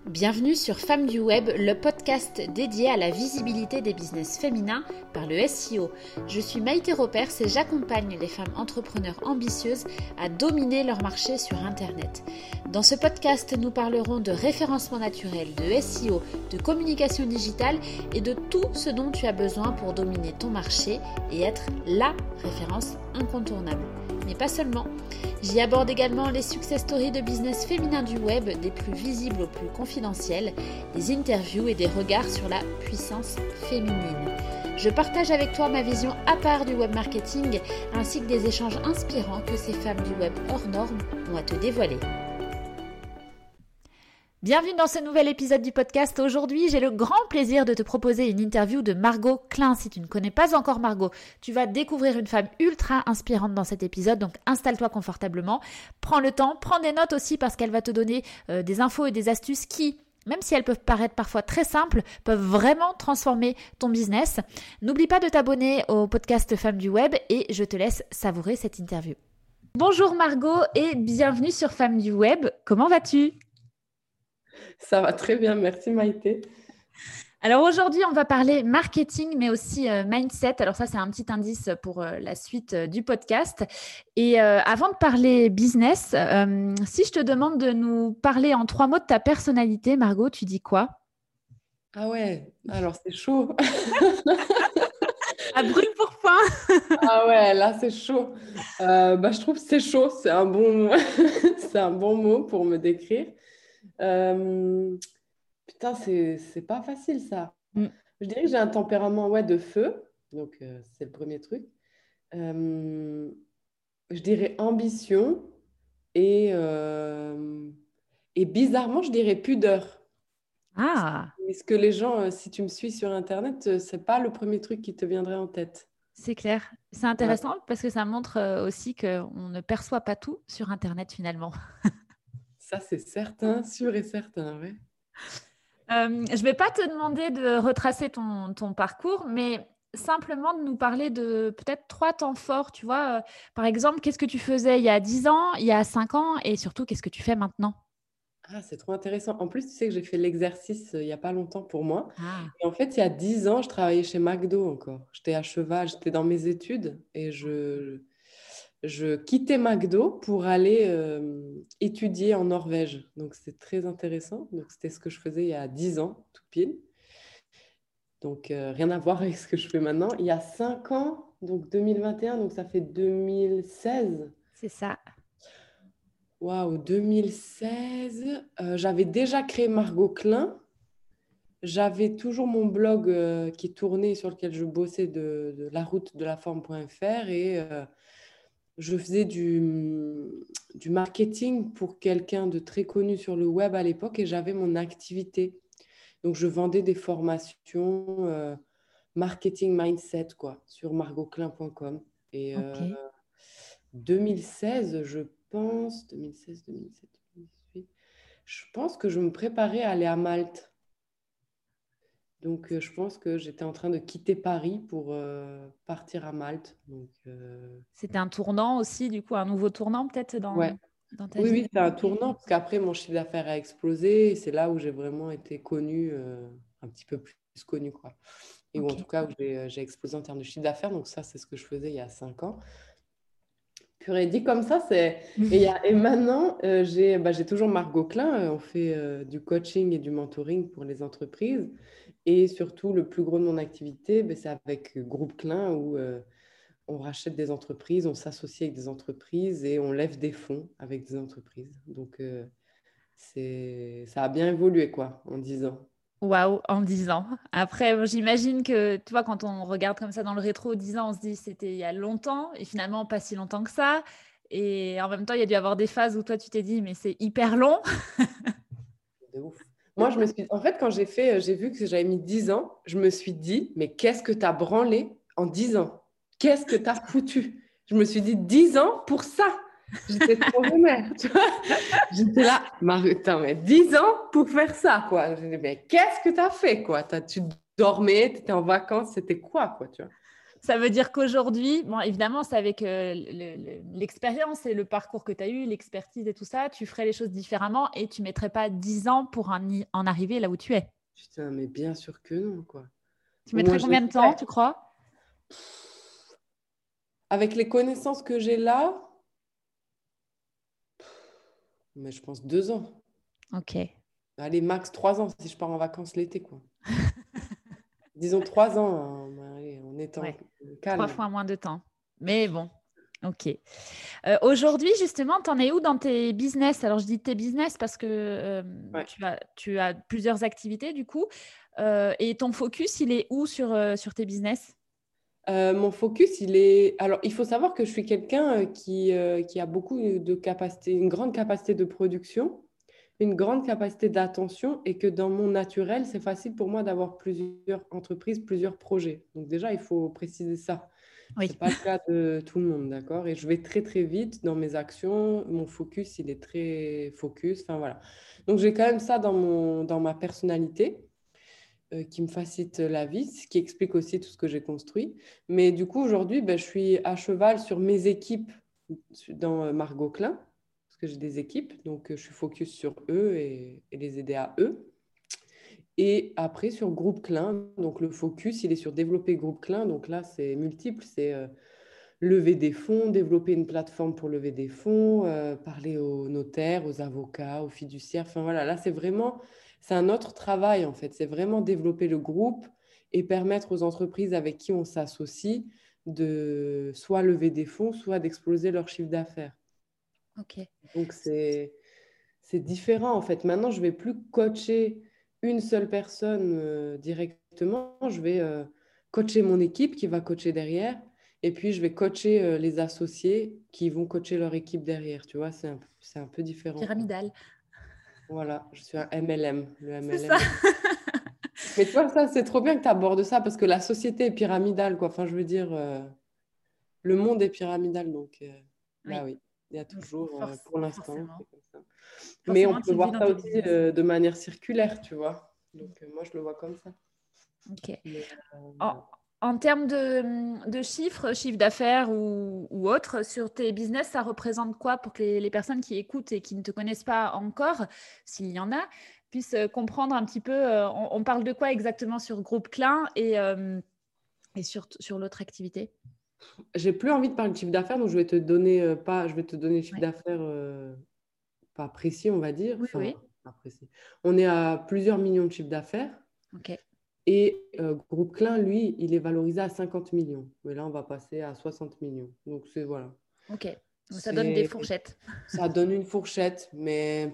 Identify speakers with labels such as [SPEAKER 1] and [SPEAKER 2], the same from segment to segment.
[SPEAKER 1] Bienvenue sur Femmes du Web, le podcast dédié à la visibilité des business féminins par le SEO. Je suis Maïté Ropers et j'accompagne les femmes entrepreneurs ambitieuses à dominer leur marché sur Internet. Dans ce podcast, nous parlerons de référencement naturel, de SEO, de communication digitale et de tout ce dont tu as besoin pour dominer ton marché et être la référence incontournable. Mais pas seulement. J'y aborde également les success stories de business féminin du web, des plus visibles aux plus confidentiels, des interviews et des regards sur la puissance féminine. Je partage avec toi ma vision à part du web marketing, ainsi que des échanges inspirants que ces femmes du web hors normes ont à te dévoiler. Bienvenue dans ce nouvel épisode du podcast. Aujourd'hui, j'ai le grand plaisir de te proposer une interview de Margot Klein. Si tu ne connais pas encore Margot, tu vas découvrir une femme ultra inspirante dans cet épisode, donc installe-toi confortablement. Prends le temps, prends des notes aussi parce qu'elle va te donner des infos et des astuces qui, même si elles peuvent paraître parfois très simples, peuvent vraiment transformer ton business. N'oublie pas de t'abonner au podcast Femmes du Web et je te laisse savourer cette interview. Bonjour Margot et bienvenue sur Femmes du Web. Comment vas-tu ?
[SPEAKER 2] Ça va très bien, merci Maïté.
[SPEAKER 1] Alors aujourd'hui, on va parler marketing, mais aussi mindset. Alors ça, c'est un petit indice pour la suite du podcast. Et avant de parler business, si je te demande de nous parler en 3 mots de ta personnalité, Margot, tu dis quoi ?
[SPEAKER 2] Ah ouais, alors c'est chaud.
[SPEAKER 1] À brûle pour point.
[SPEAKER 2] Ah ouais, là c'est chaud. Je trouve que c'est chaud, c'est un bon, c'est un bon mot pour me décrire. Putain, c'est pas facile ça. Je dirais que j'ai un tempérament de feu, donc c'est le premier truc. Je dirais ambition et bizarrement, je dirais pudeur.
[SPEAKER 1] Ah,
[SPEAKER 2] Est-ce que les gens, si tu me suis sur Internet, c'est pas le premier truc qui te viendrait en tête?
[SPEAKER 1] c'est clair. C'est intéressant parce que ça montre aussi qu'on ne perçoit pas tout sur Internet finalement.
[SPEAKER 2] Ça, c'est certain, sûr et certain, ouais.
[SPEAKER 1] Je ne vais pas te demander de retracer ton parcours, mais simplement de nous parler de peut-être 3 temps forts, tu vois. Par exemple, qu'est-ce que tu faisais il y a 10 ans, il y a 5 ans et surtout, qu'est-ce que tu fais maintenant ?
[SPEAKER 2] Ah, c'est trop intéressant. En plus, tu sais que j'ai fait l'exercice il n'y a pas longtemps pour moi.
[SPEAKER 1] Ah,
[SPEAKER 2] Et en fait, il y a 10 ans, je travaillais chez McDo encore. J'étais à cheval, j'étais dans mes études et je quittais McDo pour aller étudier en Norvège. Donc, c'est très intéressant. Donc, c'était ce que je faisais il y a 10 ans, tout pile. Donc, rien à voir avec ce que je fais maintenant. Il y a 5 ans, donc 2021, donc ça fait 2016.
[SPEAKER 1] c'est ça.
[SPEAKER 2] Waouh, 2016. J'avais déjà créé Margot Klein. J'avais toujours mon blog qui tournait, sur lequel je bossais de la route de la forme.fr et je faisais du marketing pour quelqu'un de très connu sur le web à l'époque et j'avais mon activité. Donc, je vendais des formations marketing mindset quoi, sur margotclein.com. Et
[SPEAKER 1] Ok.
[SPEAKER 2] 2016, je pense, 2016, 2017, 2018, je pense que je me préparais à aller à Malte. Donc, je pense que j'étais en train de quitter Paris pour partir à Malte. Donc,
[SPEAKER 1] C'était un tournant aussi, du coup, un nouveau tournant peut-être
[SPEAKER 2] ouais.
[SPEAKER 1] dans ta
[SPEAKER 2] Oui,
[SPEAKER 1] vie.
[SPEAKER 2] oui, c'est un tournant parce qu'après, mon chiffre d'affaires a explosé et c'est là où j'ai vraiment été connue, un petit peu plus connue, quoi. Et où, en
[SPEAKER 1] Ok.
[SPEAKER 2] tout cas, où j'ai explosé en termes de chiffre d'affaires. Donc, ça, c'est ce que je faisais il y a 5 ans. Purée, dit comme ça, c'est… Et maintenant, j'ai toujours Margot Klein. On fait du coaching et du mentoring pour les entreprises. Et surtout, le plus gros de mon activité, c'est avec Groupe Klein où on rachète des entreprises, on s'associe avec des entreprises et on lève des fonds avec des entreprises. Donc, ça a bien évolué, quoi, en 10 ans.
[SPEAKER 1] Waouh, en 10 ans. Après, j'imagine que, tu vois, quand on regarde comme ça dans le rétro, 10 ans, on se dit c'était il y a longtemps et finalement pas si longtemps que ça. Et en même temps, il y a dû y avoir des phases où toi, tu t'es dit, mais c'est hyper long.
[SPEAKER 2] De ouf. Moi, en fait, quand j'ai vu que j'avais mis 10 ans, je me suis dit, mais qu'est-ce que tu as branlé en 10 ans? Qu'est-ce que tu as foutu? Je me suis dit, 10 ans pour ça. J'étais trop vénère, tu vois. J'étais là, attends, mais 10 ans pour faire ça, quoi. J'ai dit, mais qu'est-ce que tu as fait, quoi? Tu dormais, tu étais en vacances, c'était quoi, quoi, tu vois?
[SPEAKER 1] Ça veut dire qu'aujourd'hui, bon, évidemment, c'est avec l'expérience et le parcours que tu as eu, l'expertise et tout ça, tu ferais les choses différemment et tu mettrais pas 10 ans pour en arriver là où tu es.
[SPEAKER 2] Putain, mais bien sûr que non, quoi.
[SPEAKER 1] Tu
[SPEAKER 2] Au moins,
[SPEAKER 1] mettrais
[SPEAKER 2] je
[SPEAKER 1] combien de temps,
[SPEAKER 2] l'espère.
[SPEAKER 1] tu crois?
[SPEAKER 2] Avec les connaissances que j'ai là, mais je pense 2 ans.
[SPEAKER 1] Ok.
[SPEAKER 2] Allez, max 3 ans si je pars en vacances l'été, quoi. Disons 3 ans, hein, allez, en étant
[SPEAKER 1] Ouais. Trois
[SPEAKER 2] calme.
[SPEAKER 1] fois moins de temps. Mais bon, ok. Aujourd'hui, justement, tu en es où dans tes business? Alors, je dis tes business parce que
[SPEAKER 2] Ouais.
[SPEAKER 1] tu as plusieurs activités, du coup. Et ton focus, il est où sur tes business?
[SPEAKER 2] Mon focus, il est... Alors, il faut savoir que je suis quelqu'un qui a beaucoup de capacités, une grande capacité de production, une grande capacité d'attention et que dans mon naturel, c'est facile pour moi d'avoir plusieurs entreprises, plusieurs projets. Donc déjà, il faut préciser ça. Ce
[SPEAKER 1] Oui.
[SPEAKER 2] n'est pas le cas de tout le monde, d'accord? Et je vais très, très vite dans mes actions. Mon focus, il est très focus. Enfin, voilà. Donc, j'ai quand même ça dans ma personnalité qui me facilite la vie, ce qui explique aussi tout ce que j'ai construit. Mais du coup, aujourd'hui, ben, je suis à cheval sur mes équipes dans Margot Klein, parce que j'ai des équipes, donc je suis focus sur eux et les aider à eux. Et après, sur Groupe Klein, donc le focus, il est sur développer Groupe Klein. Donc là, c'est multiple, c'est lever des fonds, développer une plateforme pour lever des fonds, parler aux notaires, aux avocats, aux fiduciaires. Enfin voilà, là, c'est un autre travail en fait. C'est vraiment développer le groupe et permettre aux entreprises avec qui on s'associe de soit lever des fonds, soit d'exploser leur chiffre d'affaires.
[SPEAKER 1] Ok.
[SPEAKER 2] Donc, c'est différent en fait. Maintenant, je vais plus coacher une seule personne directement. Je vais coacher mon équipe qui va coacher derrière. Et puis, je vais coacher les associés qui vont coacher leur équipe derrière. Tu vois, c'est un peu différent, quoi.
[SPEAKER 1] Pyramidal.
[SPEAKER 2] Voilà, je suis un MLM, le
[SPEAKER 1] C'est ça.
[SPEAKER 2] MLM. Mais tu vois, ça, c'est trop bien que tu abordes ça parce que la société est pyramidale, quoi. Enfin, je veux dire, le monde est pyramidal. Donc, bah
[SPEAKER 1] Oui.
[SPEAKER 2] oui, il y a
[SPEAKER 1] Donc,
[SPEAKER 2] toujours, pour l'instant,
[SPEAKER 1] forcément.
[SPEAKER 2] c'est comme ça. Mais on
[SPEAKER 1] Forcément,
[SPEAKER 2] peut
[SPEAKER 1] tu le vis
[SPEAKER 2] voir
[SPEAKER 1] dans
[SPEAKER 2] ça
[SPEAKER 1] tes
[SPEAKER 2] aussi
[SPEAKER 1] business.
[SPEAKER 2] de manière circulaire, tu vois. Donc, moi, je le vois comme ça.
[SPEAKER 1] Ok.
[SPEAKER 2] Mais,
[SPEAKER 1] En,
[SPEAKER 2] voilà.
[SPEAKER 1] en termes de chiffres, chiffre d'affaires ou autre, sur tes business, ça représente quoi pour que les personnes qui écoutent et qui ne te connaissent pas encore, s'il y en a, puissent comprendre un petit peu, on parle de quoi exactement sur Groupe Klein et sur l'autre activité?
[SPEAKER 2] J'ai plus envie de parler de chiffre d'affaires, donc je vais te donner pas, je vais te donner le chiffre
[SPEAKER 1] Ouais.
[SPEAKER 2] d'affaires pas précis, on va dire.
[SPEAKER 1] Oui,
[SPEAKER 2] Enfin,
[SPEAKER 1] oui.
[SPEAKER 2] pas précis. On est à plusieurs millions de chiffre d'affaires.
[SPEAKER 1] Ok.
[SPEAKER 2] Et Groupe Klein, lui, il est valorisé à 50 millions. Mais là, on va passer à 60 millions. Donc, c'est voilà.
[SPEAKER 1] Ok. Donc, ça donne des
[SPEAKER 2] C'est,
[SPEAKER 1] fourchettes.
[SPEAKER 2] ça donne une fourchette, mais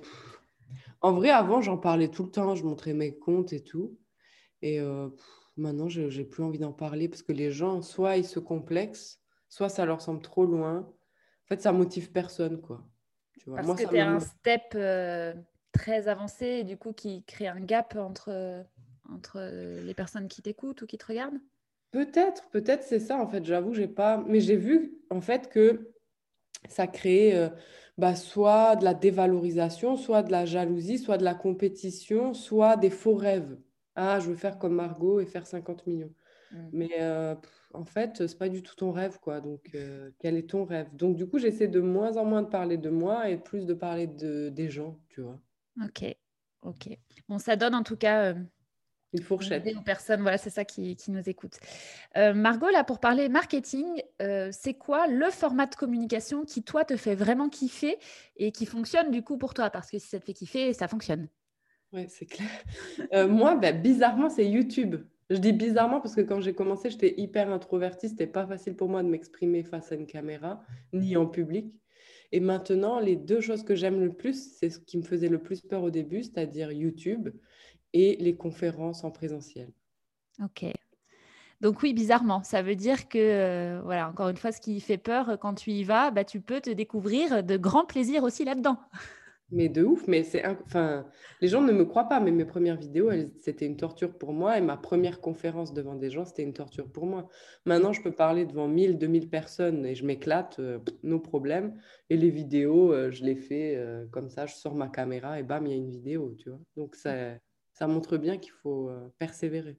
[SPEAKER 2] en vrai, avant, j'en parlais tout le temps, je montrais mes comptes et tout. Et maintenant, je n'ai plus envie d'en parler parce que les gens, soit ils se complexent, soit ça leur semble trop loin. En fait, ça motive personne, quoi. Tu vois,
[SPEAKER 1] Parce
[SPEAKER 2] moi,
[SPEAKER 1] que
[SPEAKER 2] ça
[SPEAKER 1] tu es
[SPEAKER 2] me
[SPEAKER 1] à un
[SPEAKER 2] motive.
[SPEAKER 1] step très avancé et du coup qui crée un gap entre les personnes qui t'écoutent ou qui te regardent.
[SPEAKER 2] Peut-être c'est ça, en fait. J'avoue, j'ai pas. Mais j'ai vu, en fait, que ça crée bah, soit de la dévalorisation, soit de la jalousie, soit de la compétition, soit des faux rêves. Ah, je veux faire comme Margot et faire 50 millions.
[SPEAKER 1] Mm.
[SPEAKER 2] Mais en fait, c'est pas du tout ton rêve, quoi. Donc, quel est ton rêve? Donc, du coup, j'essaie de moins en moins de parler de moi et plus de parler des gens, tu vois.
[SPEAKER 1] Ok, ok. Bon, ça donne en tout cas
[SPEAKER 2] Une
[SPEAKER 1] une idée
[SPEAKER 2] fourchette.
[SPEAKER 1] aux personnes, voilà, c'est ça qui nous écoutent. Margot, là, pour parler marketing, c'est quoi le format de communication qui, toi, te fait vraiment kiffer et qui fonctionne du coup pour toi? Parce que si ça te fait kiffer, ça fonctionne.
[SPEAKER 2] Ouais, c'est clair. Moi, bah, bizarrement, c'est YouTube. Je dis bizarrement parce que quand j'ai commencé, j'étais hyper introvertie. C'était pas facile pour moi de m'exprimer face à une caméra, ni en public. Et maintenant, les deux choses que j'aime le plus, c'est ce qui me faisait le plus peur au début, c'est-à-dire YouTube et les conférences en présentiel.
[SPEAKER 1] Ok. Donc oui, bizarrement, ça veut dire que, voilà, encore une fois, ce qui fait peur quand tu y vas, bah, tu peux te découvrir de grands plaisirs aussi là-dedans.
[SPEAKER 2] Mais de ouf, mais enfin, les gens ne me croient pas, mais mes premières vidéos, c'était une torture pour moi et ma première conférence devant des gens, c'était une torture pour moi. Maintenant, je peux parler devant 1000, 2000 personnes et je m'éclate, no problème. Et les vidéos, je les fais comme ça, je sors ma caméra et bam, il y a une vidéo, tu vois. Donc, ça montre bien qu'il faut persévérer.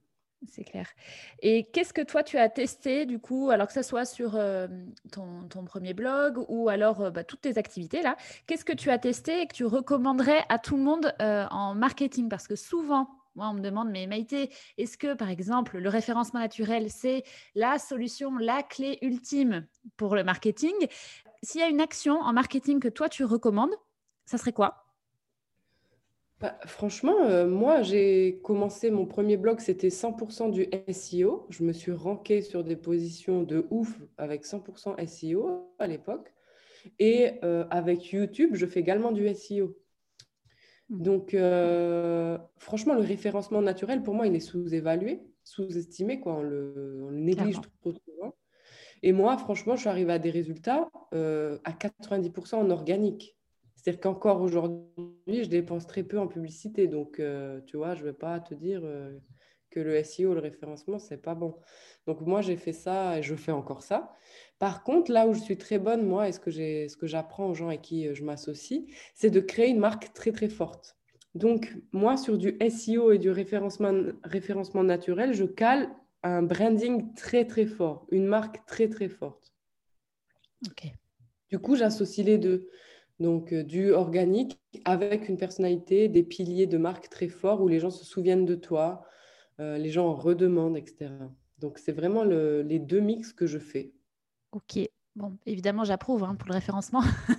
[SPEAKER 1] C'est clair. Et qu'est-ce que toi, tu as testé du coup, alors que ça soit sur ton premier blog ou alors toutes tes activités là, qu'est-ce que tu as testé et que tu recommanderais à tout le monde en marketing? Parce que souvent, moi, on me demande, mais Maïté, est-ce que par exemple, le référencement naturel, c'est la solution, la clé ultime pour le marketing? S'il y a une action en marketing que toi, tu recommandes, ça serait quoi?
[SPEAKER 2] Bah, franchement, moi, j'ai commencé mon premier blog, c'était 100% du SEO. Je me suis rankée sur des positions de ouf avec 100% SEO à l'époque. Et avec YouTube, je fais également du SEO. Donc, franchement, le référencement naturel, pour moi, il est sous-évalué, sous-estimé, quoi. On le néglige
[SPEAKER 1] Clairement.
[SPEAKER 2] trop souvent. Et moi, franchement, je suis arrivée à des résultats à 90% en organique. C'est-à-dire qu'encore aujourd'hui, je dépense très peu en publicité. Donc, tu vois, je ne vais pas te dire que le SEO, le référencement, c'est pas bon. Donc, moi, j'ai fait ça et je fais encore ça. Par contre, là où je suis très bonne, moi, et ce que j'apprends aux gens avec qui je m'associe, c'est de créer une marque très, très forte. Donc, moi, sur du SEO et du référencement naturel, je cale un branding très, très fort, une marque très, très forte.
[SPEAKER 1] Ok.
[SPEAKER 2] Du coup, j'associe les deux. Donc, du organique avec une personnalité, des piliers de marque très forts où les gens se souviennent de toi, les gens en redemandent, etc. Donc, c'est vraiment les deux mix que je fais.
[SPEAKER 1] Ok. Bon, évidemment, j'approuve hein, pour le référencement.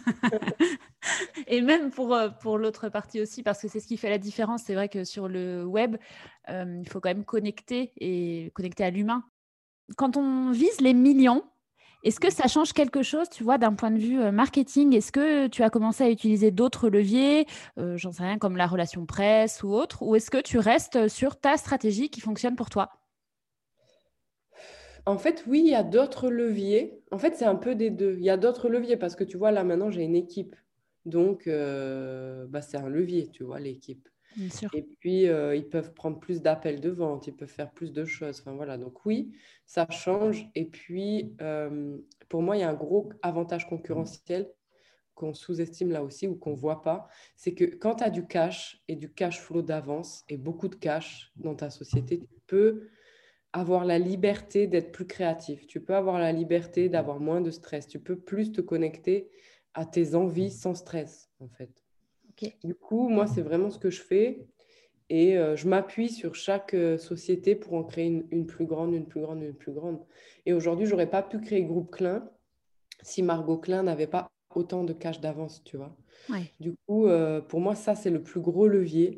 [SPEAKER 1] Et même pour l'autre partie aussi, parce que c'est ce qui fait la différence. C'est vrai que sur le web, il faut quand même connecter et connecter à l'humain. Quand on vise les millions, est-ce que ça change quelque chose, tu vois, d'un point de vue marketing? Est-ce que tu as commencé à utiliser d'autres leviers, j'en sais rien, comme la relation presse ou autre, ou est-ce que tu restes sur ta stratégie qui fonctionne pour toi?
[SPEAKER 2] En fait, oui, il y a d'autres leviers. En fait, c'est un peu des deux. Il y a d'autres leviers parce que tu vois, là, maintenant, j'ai une équipe. Donc, bah, c'est un levier, tu vois, l'équipe.
[SPEAKER 1] Bien sûr.
[SPEAKER 2] Et puis, ils peuvent prendre plus d'appels de vente, ils peuvent faire plus de choses. Enfin, voilà. Donc, oui, ça change. Et puis, pour moi, il y a un gros avantage concurrentiel qu'on sous-estime là aussi ou qu'on ne voit pas. C'est que quand tu as du cash et du cash flow d'avance et beaucoup de cash dans ta société, tu peux avoir la liberté d'être plus créatif. Tu peux avoir la liberté d'avoir moins de stress. Tu peux plus te connecter à tes envies sans stress, en fait.
[SPEAKER 1] Ok.
[SPEAKER 2] Du coup, moi, c'est vraiment ce que je fais. Et je m'appuie sur chaque société pour en créer une plus grande, une plus grande, une plus grande. Et aujourd'hui, je n'aurais pas pu créer Groupe Klein si Margot Klein n'avait pas autant de cash d'avance, tu vois.
[SPEAKER 1] Ouais.
[SPEAKER 2] Du coup, pour moi, ça, c'est le plus gros levier.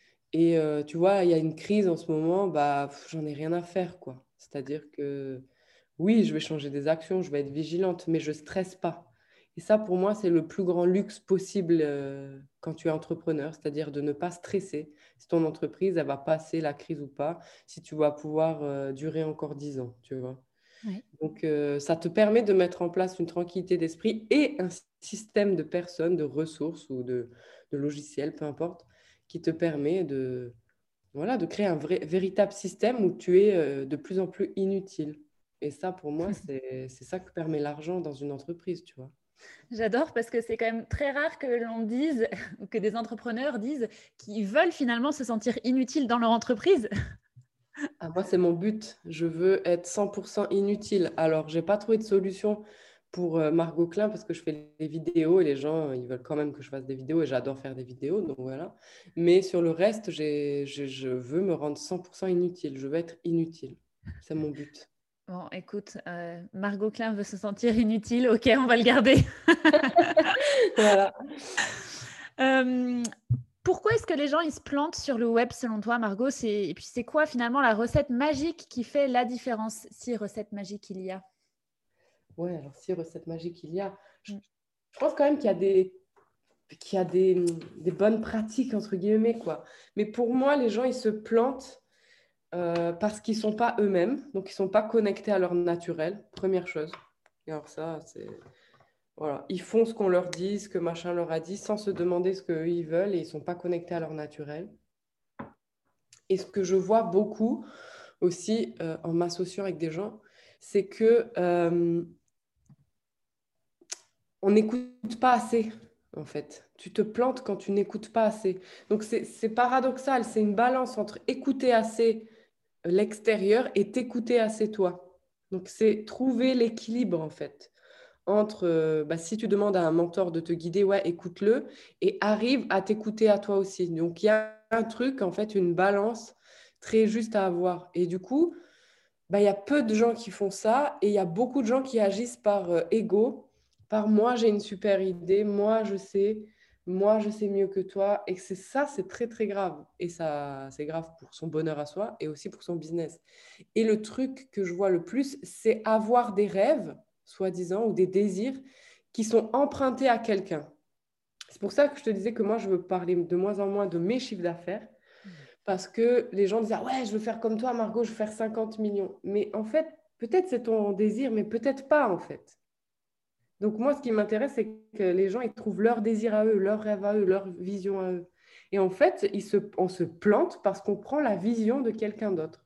[SPEAKER 2] Et tu vois, il y a une crise en ce moment, bah, j'en ai rien à faire, quoi. C'est-à-dire que oui, je vais changer des actions, je vais être vigilante, mais je stresse pas. Et ça, pour moi, c'est le plus grand luxe possible quand tu es entrepreneur, c'est-à-dire de ne pas stresser si ton entreprise, elle va passer la crise ou pas, si tu vas pouvoir durer encore 10 ans, tu vois.
[SPEAKER 1] Ouais.
[SPEAKER 2] Donc, ça te permet de mettre en place une tranquillité d'esprit et un système de personnes, de ressources ou de logiciels, peu importe, qui te permet de, voilà, de créer un véritable système où tu es de plus en plus inutile. Et ça, pour moi, c'est ça que permet l'argent dans une entreprise, tu vois.
[SPEAKER 1] J'adore parce que c'est quand même très rare que l'on dise, ou que des entrepreneurs disent qu'ils veulent finalement se sentir inutiles dans leur entreprise.
[SPEAKER 2] Ah, moi, c'est mon but. Je veux être 100% inutile. Alors, j'ai pas trouvé de solution pour Margot Klein parce que je fais des vidéos et les gens, ils veulent quand même que je fasse des vidéos et j'adore faire des vidéos, donc voilà. Mais sur le reste, je veux me rendre 100% inutile. Je veux être inutile. C'est mon but.
[SPEAKER 1] Bon, écoute, Margot Klein veut se sentir inutile. Ok, on va le garder.
[SPEAKER 2] Voilà.
[SPEAKER 1] Euh, Pourquoi est-ce que les gens ils se plantent sur le web selon toi, Margot? Et puis c'est quoi finalement la recette magique qui fait la différence, si recette magique il y a?
[SPEAKER 2] Ouais, alors si recette magique il y a, je,
[SPEAKER 1] Mm.
[SPEAKER 2] je pense quand même qu'il y a des bonnes pratiques, entre guillemets, quoi. Mais pour moi, les gens, ils se plantent parce qu'ils ne sont pas eux-mêmes, donc ils ne sont pas connectés à leur naturel, première chose. Et alors ça, c'est... Voilà. Ils font ce qu'on leur dit, ce que machin leur a dit, sans se demander ce qu'eux, ils veulent, et ils ne sont pas connectés à leur naturel. Et ce que je vois beaucoup aussi en m'associant avec des gens, c'est que on n'écoute pas assez, en fait. Tu te plantes quand tu n'écoutes pas assez. Donc c'est paradoxal, c'est une balance entre écouter assez l'extérieur et t'écouter assez toi. Donc, c'est trouver l'équilibre, en fait, entre, si tu demandes à un mentor de te guider, ouais, écoute-le et arrive à t'écouter à toi aussi. Donc, il y a un truc, en fait, une balance très juste à avoir. Et du coup, il y a peu de gens qui font ça et il y a beaucoup de gens qui agissent par ego, par moi, j'ai une super idée, moi, je sais mieux que toi. Et c'est ça, c'est très, très grave. Et ça, c'est grave pour son bonheur à soi et aussi pour son business. Et le truc que je vois le plus, c'est avoir des rêves, soi-disant, ou des désirs qui sont empruntés à quelqu'un. C'est pour ça que je te disais que moi, je veux parler de moins en moins de mes chiffres d'affaires parce que les gens disent, ah ouais, je veux faire comme toi, Margot, je veux faire 50 millions. Mais en fait, peut-être c'est ton désir, mais peut-être pas, en fait. Donc moi, ce qui m'intéresse, c'est que les gens, ils trouvent leur désir à eux, leur rêve à eux, leur vision à eux. Et en fait, on se plante parce qu'on prend la vision de quelqu'un d'autre.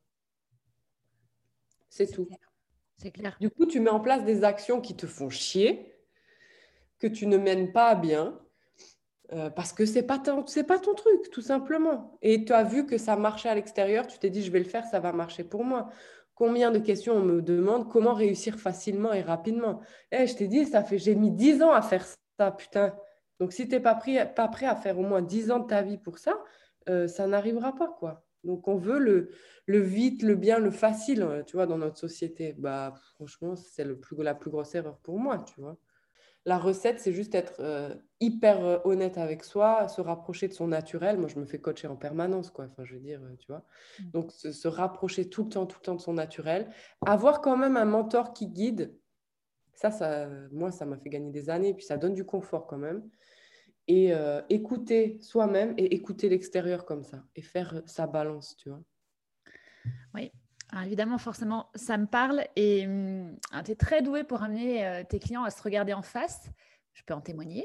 [SPEAKER 2] C'est
[SPEAKER 1] C'est
[SPEAKER 2] tout.
[SPEAKER 1] clair. C'est clair.
[SPEAKER 2] Du coup, tu mets en place des actions qui te font chier, que tu ne mènes pas à bien, parce que c'est pas ton truc, tout simplement. Et tu as vu que ça marchait à l'extérieur, tu t'es dit, je vais le faire, ça va marcher pour moi. Combien de questions on me demande comment réussir facilement et rapidement? Je t'ai dit, j'ai mis 10 ans à faire ça, putain. Donc, si tu n'es pas prêt à faire au moins 10 ans de ta vie pour ça, ça n'arrivera pas, quoi. Donc, on veut le vite, le bien, le facile, tu vois, dans notre société. Bah, franchement, c'est la plus grosse erreur pour moi, tu vois. La recette, c'est juste être hyper honnête avec soi, se rapprocher de son naturel. Moi, je me fais coacher en permanence, quoi. Enfin, je veux dire, tu vois. Donc, se rapprocher tout le temps de son naturel. Avoir quand même un mentor qui guide. Moi, ça m'a fait gagner des années. Puis, ça donne du confort quand même. Et écouter soi-même et écouter l'extérieur comme ça. Et faire sa balance, tu vois.
[SPEAKER 1] Oui. Alors, évidemment, forcément, ça me parle et tu es très doué pour amener tes clients à se regarder en face. Je peux en témoigner.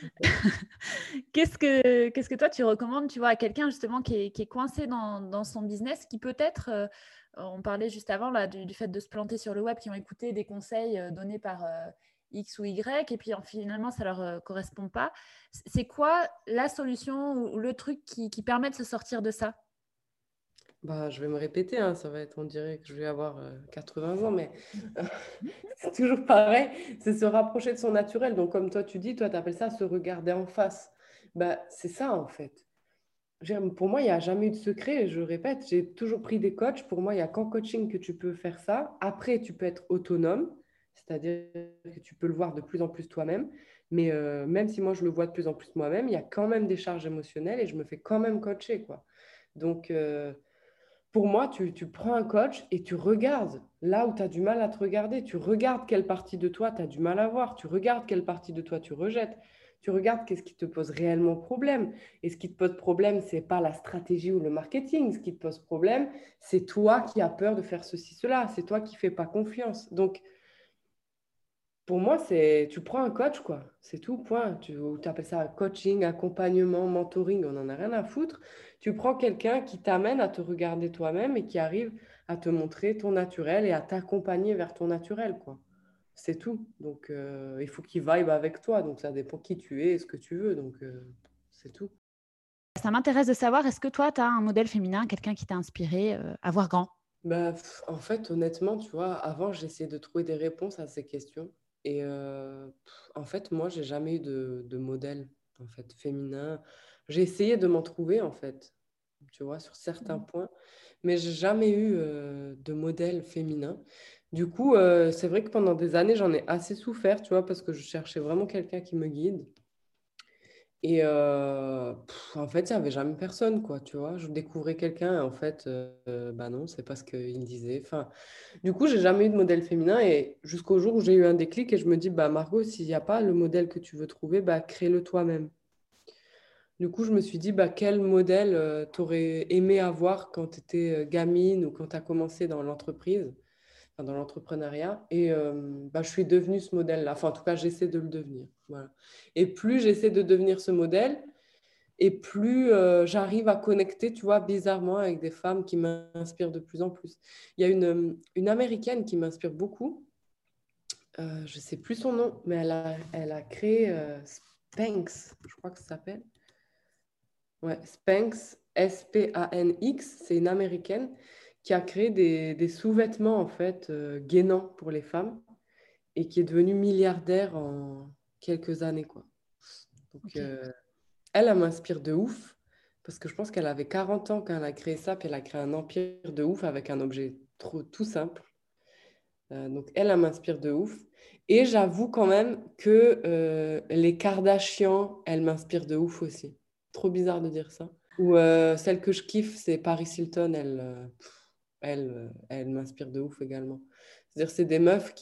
[SPEAKER 1] Qu'est-ce que toi, tu recommandes, tu vois, à quelqu'un justement qui est coincé dans son business, qui peut-être, on parlait juste avant là, du fait de se planter sur le web, qui ont écouté des conseils donnés par X ou Y, et puis finalement, ça ne leur correspond pas. C'est quoi la solution ou le truc qui permet de se sortir de ça?
[SPEAKER 2] Je vais me répéter, hein, on dirait que je vais avoir 80 ans, mais c'est toujours pareil, c'est se rapprocher de son naturel. Donc, comme toi, tu dis, toi, tu appelles ça se regarder en face. C'est ça, en fait. Pour moi, il n'y a jamais eu de secret. Je répète, j'ai toujours pris des coachs. Pour moi, il n'y a qu'en coaching que tu peux faire ça. Après, tu peux être autonome, c'est-à-dire que tu peux le voir de plus en plus toi-même. Mais même si moi, je le vois de plus en plus moi-même, il y a quand même des charges émotionnelles et je me fais quand même coacher, quoi. Donc, pour moi, tu prends un coach et tu regardes là où tu as du mal à te regarder. Tu regardes quelle partie de toi tu as du mal à voir. Tu regardes quelle partie de toi tu rejettes. Tu regardes qu'est-ce qui te pose réellement problème. Et ce qui te pose problème, ce n'est pas la stratégie ou le marketing. Ce qui te pose problème, c'est toi qui as peur de faire ceci, cela. C'est toi qui ne fais pas confiance. Donc, pour moi, tu prends un coach, quoi. C'est tout, point. Tu appelles ça coaching, accompagnement, mentoring, on n'en a rien à foutre. Tu prends quelqu'un qui t'amène à te regarder toi-même et qui arrive à te montrer ton naturel et à t'accompagner vers ton naturel, quoi. C'est tout. Donc, il faut qu'il vibe avec toi. Donc, ça dépend qui tu es et ce que tu veux. Donc, c'est tout.
[SPEAKER 1] Ça m'intéresse de savoir, est-ce que toi, tu as un modèle féminin, quelqu'un qui t'a inspiré à voir grand?
[SPEAKER 2] En fait, honnêtement, tu vois, avant, j'essayais de trouver des réponses à ces questions. Et en fait, moi, j'ai jamais eu de modèle en fait, féminin. J'ai essayé de m'en trouver, en fait, tu vois, sur certains points, mais j'ai jamais eu de modèle féminin. Du coup, c'est vrai que pendant des années, j'en ai assez souffert, tu vois, parce que je cherchais vraiment quelqu'un qui me guide. Et en fait, il n'y avait jamais personne, quoi, tu vois. Je découvrais quelqu'un et en fait, non, c'est pas ce qu'il me disait. Enfin, du coup, j'ai jamais eu de modèle féminin et jusqu'au jour où j'ai eu un déclic et je me dis, Margot, s'il n'y a pas le modèle que tu veux trouver, crée-le toi-même. Du coup, je me suis dit, quel modèle t'aurais aimé avoir quand tu étais gamine ou quand tu as commencé dans l'entreprise, enfin, dans l'entrepreneuriat. Et je suis devenue ce modèle-là. Enfin, en tout cas, j'essaie de le devenir. Voilà. Et plus j'essaie de devenir ce modèle, et plus j'arrive à connecter, tu vois, bizarrement avec des femmes qui m'inspirent de plus en plus. Il y a une Américaine qui m'inspire beaucoup. Je ne sais plus son nom, mais elle a créé Spanx, je crois que ça s'appelle. Ouais, Spanx, Spanx, c'est une Américaine qui a créé des sous-vêtements, en fait, gainants pour les femmes et qui est devenue milliardaire en quelques années, quoi. Donc,
[SPEAKER 1] Ok.
[SPEAKER 2] elle m'inspire de ouf parce que je pense qu'elle avait 40 ans quand elle a créé ça, puis elle a créé un empire de ouf avec un objet tout simple. Donc, elle m'inspire de ouf. Et j'avoue quand même que les Kardashians, elles m'inspirent de ouf aussi. Trop bizarre de dire ça. Ou celle que je kiffe, c'est Paris Hilton. Elle m'inspire de ouf également. C'est-à-dire, c'est des meufs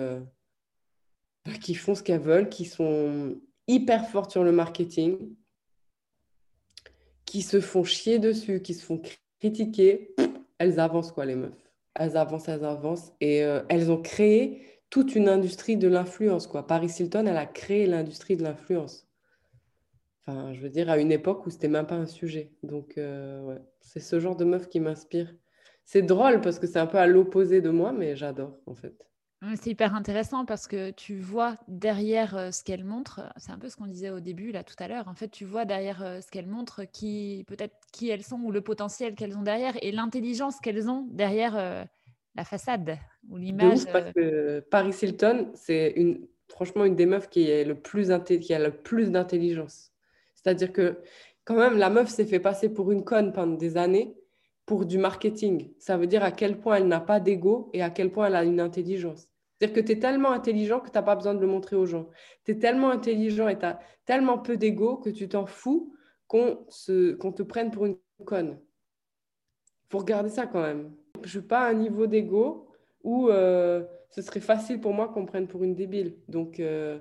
[SPEAKER 2] qui font ce qu'elles veulent, qui sont hyper fortes sur le marketing, qui se font chier dessus, qui se font critiquer. Elles avancent, quoi, les meufs. Elles avancent, elles avancent. Et elles ont créé toute une industrie de l'influence, quoi. Paris Hilton, elle a créé l'industrie de l'influence. Enfin, je veux dire, à une époque où c'était même pas un sujet. Donc, ouais, c'est ce genre de meuf qui m'inspire. C'est drôle parce que c'est un peu à l'opposé de moi, mais j'adore, en fait.
[SPEAKER 1] C'est hyper intéressant parce que tu vois derrière ce qu'elle montre, c'est un peu ce qu'on disait au début, là, tout à l'heure. En fait, tu vois derrière ce qu'elle montre, peut-être qui elles sont ou le potentiel qu'elles ont derrière et l'intelligence qu'elles ont derrière la façade ou
[SPEAKER 2] De
[SPEAKER 1] l'image.
[SPEAKER 2] ouf parce que Paris Hilton, franchement une des meufs qui a le plus d'intelligence. C'est-à-dire que quand même, la meuf s'est fait passer pour une conne pendant des années pour du marketing. Ça veut dire à quel point elle n'a pas d'ego et à quel point elle a une intelligence. C'est-à-dire que tu es tellement intelligent que tu n'as pas besoin de le montrer aux gens. Tu es tellement intelligent et tu as tellement peu d'ego que tu t'en fous qu'on te prenne pour une conne. Faut regarder ça quand même. Je suis pas à un niveau d'ego où ce serait facile pour moi qu'on me prenne pour une débile. Donc,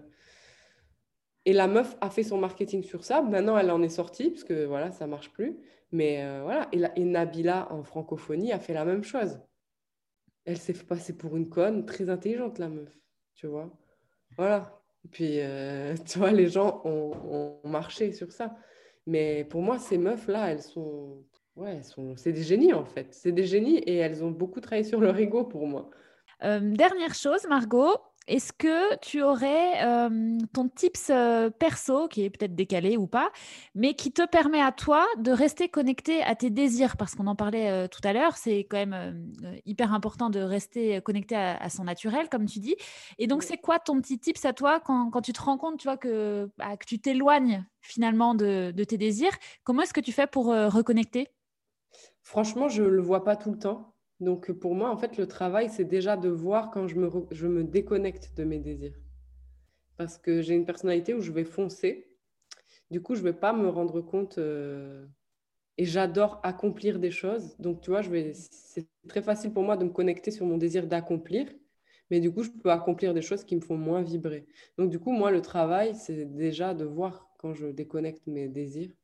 [SPEAKER 2] et la meuf a fait son marketing sur ça. Maintenant, elle en est sortie parce que voilà, ça marche plus. Mais voilà. Et Nabila en francophonie a fait la même chose. Elle s'est fait passer pour une conne, très intelligente la meuf. Tu vois. Voilà. Et puis, tu vois, les gens ont marché sur ça. Mais pour moi, ces meufs-là, ouais, c'est des génies en fait. C'est des génies et elles ont beaucoup travaillé sur leur ego pour moi.
[SPEAKER 1] Dernière chose, Margot, est-ce que tu aurais ton tips perso, qui est peut-être décalé ou pas, mais qui te permet à toi de rester connecté à tes désirs? Parce qu'on en parlait tout à l'heure, c'est quand même hyper important de rester connecté à son naturel, comme tu dis. Et donc, c'est quoi ton petit tips à toi quand tu te rends compte, tu vois, que tu t'éloignes finalement de tes désirs? Comment est-ce que tu fais pour reconnecter?
[SPEAKER 2] Franchement, je le vois pas tout le temps. Donc pour moi, en fait, le travail, c'est déjà de voir quand je me déconnecte de mes désirs. Parce que j'ai une personnalité où je vais foncer. Du coup, je vais pas me rendre compte. Et j'adore accomplir des choses. Donc, tu vois, c'est très facile pour moi de me connecter sur mon désir d'accomplir. Mais du coup, je peux accomplir des choses qui me font moins vibrer. Donc, du coup, moi, le travail, c'est déjà de voir quand je déconnecte mes désirs.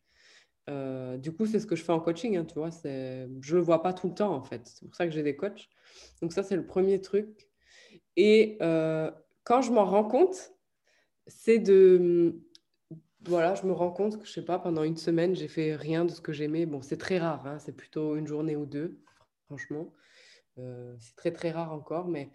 [SPEAKER 2] Du coup, c'est ce que je fais en coaching, hein, tu vois. Je ne le vois pas tout le temps, en fait. C'est pour ça que j'ai des coachs. Donc, ça, c'est le premier truc. Et quand je m'en rends compte, c'est de voilà, je me rends compte que, je sais pas, pendant une semaine, j'ai fait rien de ce que j'aimais. Bon, c'est très rare, hein, c'est plutôt une journée ou deux, franchement. C'est très, très rare encore, mais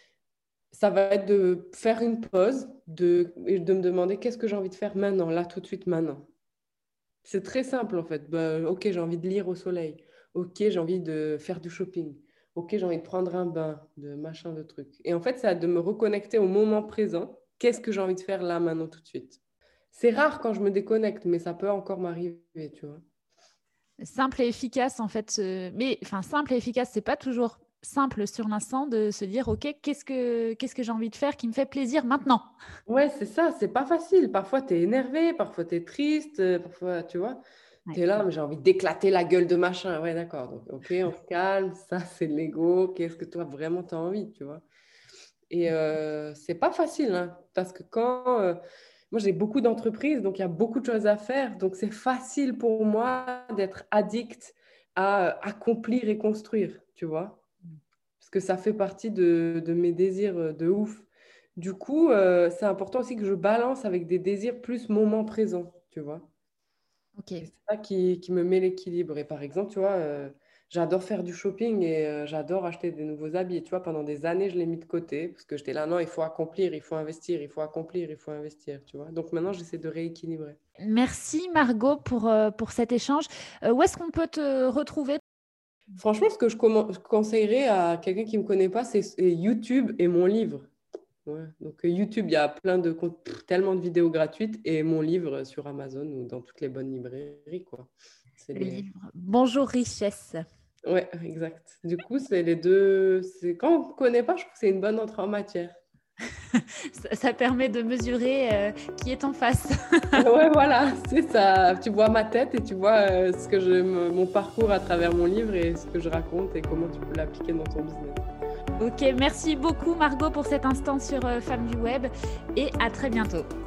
[SPEAKER 2] ça va être de faire une pause et de me demander qu'est-ce que j'ai envie de faire maintenant, là, tout de suite, maintenant. C'est très simple, en fait. Bah, ok, j'ai envie de lire au soleil. Ok, j'ai envie de faire du shopping. Ok, j'ai envie de prendre un bain, de machin, de trucs. Et en fait, ça a de me reconnecter au moment présent. Qu'est-ce que j'ai envie de faire là, maintenant, tout de suite? C'est rare quand je me déconnecte, mais ça peut encore m'arriver, tu vois.
[SPEAKER 1] Simple et efficace, en fait. Mais enfin, simple et efficace, c'est pas toujours simple sur l'instant de se dire, OK, qu'est-ce que j'ai envie de faire qui me fait plaisir maintenant?
[SPEAKER 2] Ouais, c'est ça, c'est pas facile. Parfois, tu es énervé, parfois, tu es triste, parfois, tu vois, tu
[SPEAKER 1] Ouais.
[SPEAKER 2] es là, mais j'ai envie d'éclater la gueule de machin. Ouais, d'accord. Donc, ok, on se calme, ça, c'est de l'ego. Qu'est-ce que toi, vraiment, tu as envie, tu vois? Et c'est pas facile, hein, parce que moi, j'ai beaucoup d'entreprises, donc il y a beaucoup de choses à faire. Donc, c'est facile pour moi d'être addict à accomplir et construire, tu vois? Parce que ça fait partie de mes désirs de ouf. Du coup, c'est important aussi que je balance avec des désirs plus moment présent, tu vois. Et
[SPEAKER 1] OK.
[SPEAKER 2] c'est ça qui me met l'équilibre. Et par exemple, tu vois, j'adore faire du shopping et j'adore acheter des nouveaux habits. Et tu vois, pendant des années, je l'ai mis de côté parce que j'étais là, non, il faut accomplir, il faut investir, il faut accomplir, il faut investir, tu vois. Donc maintenant, j'essaie de rééquilibrer.
[SPEAKER 1] Merci Margot pour cet échange. Où est-ce qu'on peut te retrouver?
[SPEAKER 2] Franchement, ce que je conseillerais à quelqu'un qui ne me connaît pas, c'est YouTube et mon livre. Ouais. Donc, YouTube, il y a tellement de vidéos gratuites et mon livre sur Amazon ou dans toutes les bonnes librairies, quoi.
[SPEAKER 1] Le livre Bonjour Richesse.
[SPEAKER 2] Ouais, exact. Du coup, c'est les deux. Quand on ne connaît pas, je trouve que c'est une bonne entrée en matière.
[SPEAKER 1] Ça permet de mesurer qui est en face.
[SPEAKER 2] Ouais, voilà, c'est ça. Tu vois ma tête et tu vois mon parcours à travers mon livre et ce que je raconte et comment tu peux l'appliquer dans ton business.
[SPEAKER 1] Ok, merci beaucoup Margot pour cet instant sur Femmes du Web et à très bientôt.